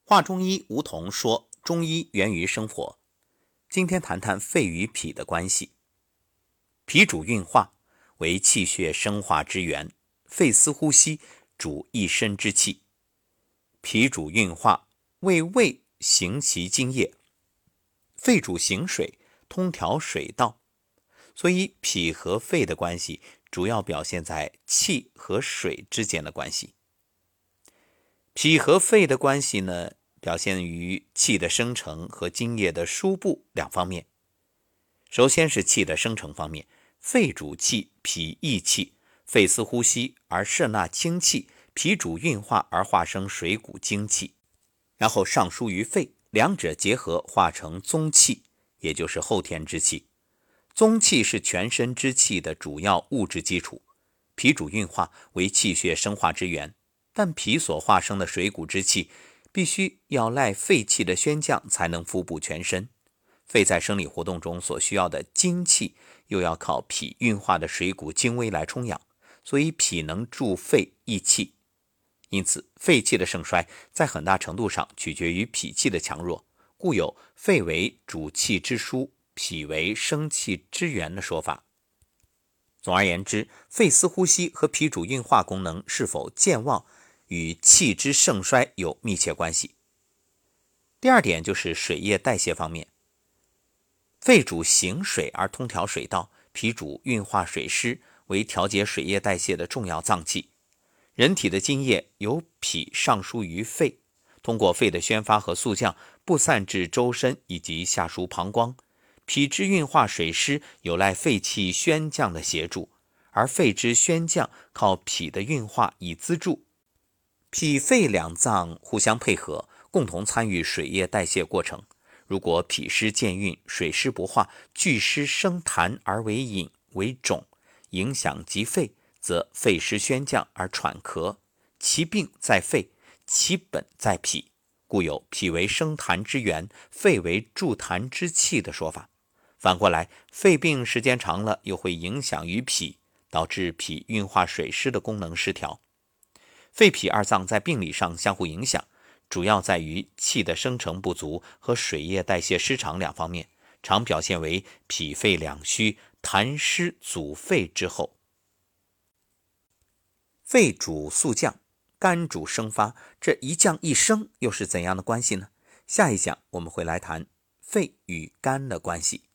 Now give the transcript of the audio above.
话中医吴桐说，中医源于生活。今天谈谈肺与脾的关系。脾主运化，为气血生化之源；肺司呼吸，主一身之气。脾主运化，为胃行其津液；肺主行水，通调水道。所以脾和肺的关系主要表现在气和水之间的关系。脾和肺的关系呢，表现于气的生成和津液的输布两方面。首先是气的生成方面，肺主气，脾益气，肺司呼吸而摄纳清气，脾主运化而化生水谷精气，然后上输于肺，两者结合化成宗气，也就是后天之气。宗气是全身之气的主要物质基础，脾主运化，为气血生化之源，但脾所化生的水谷之气必须要赖肺气的宣降才能腹部全身。肺在生理活动中所需要的精气又要靠脾运化的水谷精微来充养，所以脾能助肺益气。因此肺气的盛衰在很大程度上取决于脾气的强弱，故有肺为主气之枢，脾为生气之源的说法。总而言之，肺司呼吸和脾主运化功能是否健忘与气之盛衰有密切关系。第二点就是水液代谢方面，肺主行水而通调水道，脾主运化水湿，为调节水液代谢的重要脏器。人体的津液由脾上输于肺，通过肺的宣发和速降布散至周身以及下输膀胱。脾之运化水湿有赖肺气宣降的协助，而肺之宣降靠脾的运化以资助。脾肺两脏互相配合，共同参与水液代谢过程。如果脾湿健运，水湿不化，聚湿生痰而为隐为肿，影响及肺，则肺湿宣降而喘咳，其病在肺，其本在脾，故有脾为生痰之源，肺为助痰之器的说法。反过来，肺病时间长了又会影响于脾，导致脾运化水湿的功能失调。肺脾二脏在病理上相互影响，主要在于气的生成不足和水液代谢失常两方面，常表现为脾肺两虚，痰湿阻肺之后。肺主速降，肝主生发，这一降一升又是怎样的关系呢？下一讲我们会来谈肺与肝的关系。